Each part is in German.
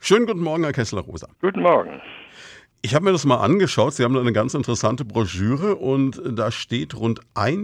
Schönen guten Morgen, Herr Kessler-Rosa. Guten Morgen. Ich habe mir das mal angeschaut. Sie haben da eine ganz interessante Broschüre und da steht, rund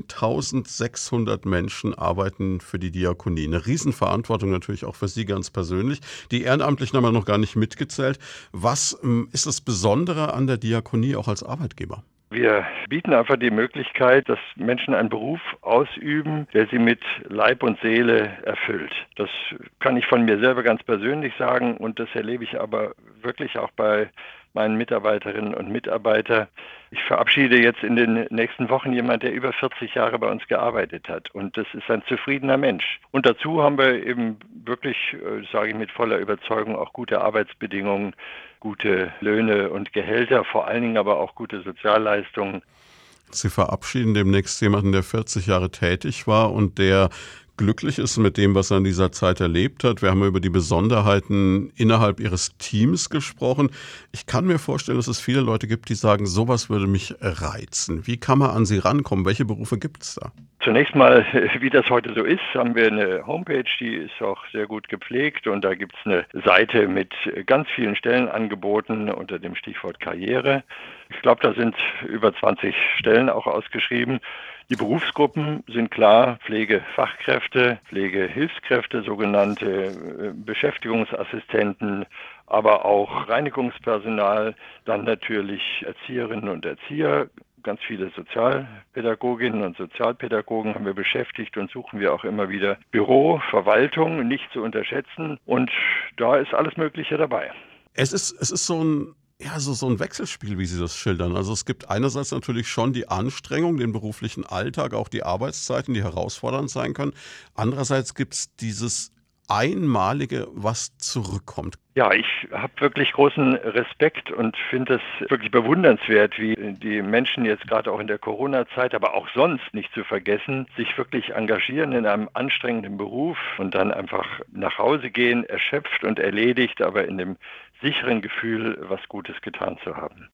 1600 Menschen arbeiten für die Diakonie. Eine Riesenverantwortung natürlich auch für Sie ganz persönlich. Die Ehrenamtlichen haben wir noch gar nicht mitgezählt. Was ist das Besondere an der Diakonie auch als Arbeitgeber? Wir bieten einfach die Möglichkeit, dass Menschen einen Beruf ausüben, der sie mit Leib und Seele erfüllt. Das kann ich von mir selber ganz persönlich sagen und das erlebe ich aber wirklich auch bei meinen Mitarbeiterinnen und Mitarbeitern. Ich verabschiede jetzt in den nächsten Wochen jemanden, der über 40 Jahre bei uns gearbeitet hat und das ist ein zufriedener Mensch. Und dazu haben wir eben wirklich, sage ich mit voller Überzeugung, auch gute Arbeitsbedingungen, gute Löhne und Gehälter, vor allen Dingen aber auch gute Sozialleistungen. Sie verabschieden demnächst jemanden, der 40 Jahre tätig war und der glücklich ist mit dem, was er in dieser Zeit erlebt hat. Wir haben über die Besonderheiten innerhalb Ihres Teams gesprochen. Ich kann mir vorstellen, dass es viele Leute gibt, die sagen, sowas würde mich reizen. Wie kann man an Sie rankommen? Welche Berufe gibt es da? Zunächst mal, wie das heute so ist, haben wir eine Homepage, die ist auch sehr gut gepflegt und da gibt es eine Seite mit ganz vielen Stellenangeboten unter dem Stichwort Karriere. Ich glaube, da sind über 20 Stellen auch ausgeschrieben. Die Berufsgruppen sind klar: Pflegefachkräfte, Pflegehilfskräfte, sogenannte Beschäftigungsassistenten, aber auch Reinigungspersonal, dann natürlich Erzieherinnen und Erzieher. Ganz viele Sozialpädagoginnen und Sozialpädagogen haben wir beschäftigt und suchen wir auch immer wieder. Büro, Verwaltung, nicht zu unterschätzen und da ist alles Mögliche dabei. Es ist so ein Wechselspiel, wie Sie das schildern. Also es gibt einerseits natürlich schon die Anstrengung, den beruflichen Alltag, auch die Arbeitszeiten, die herausfordernd sein können. Andererseits gibt es dieses Einmalige, was zurückkommt. Ja, ich habe wirklich großen Respekt und finde es wirklich bewundernswert, wie die Menschen jetzt gerade auch in der Corona-Zeit, aber auch sonst nicht zu vergessen, sich wirklich engagieren in einem anstrengenden Beruf und dann einfach nach Hause gehen, erschöpft und erledigt, aber in dem sicheren Gefühl, was Gutes getan zu haben.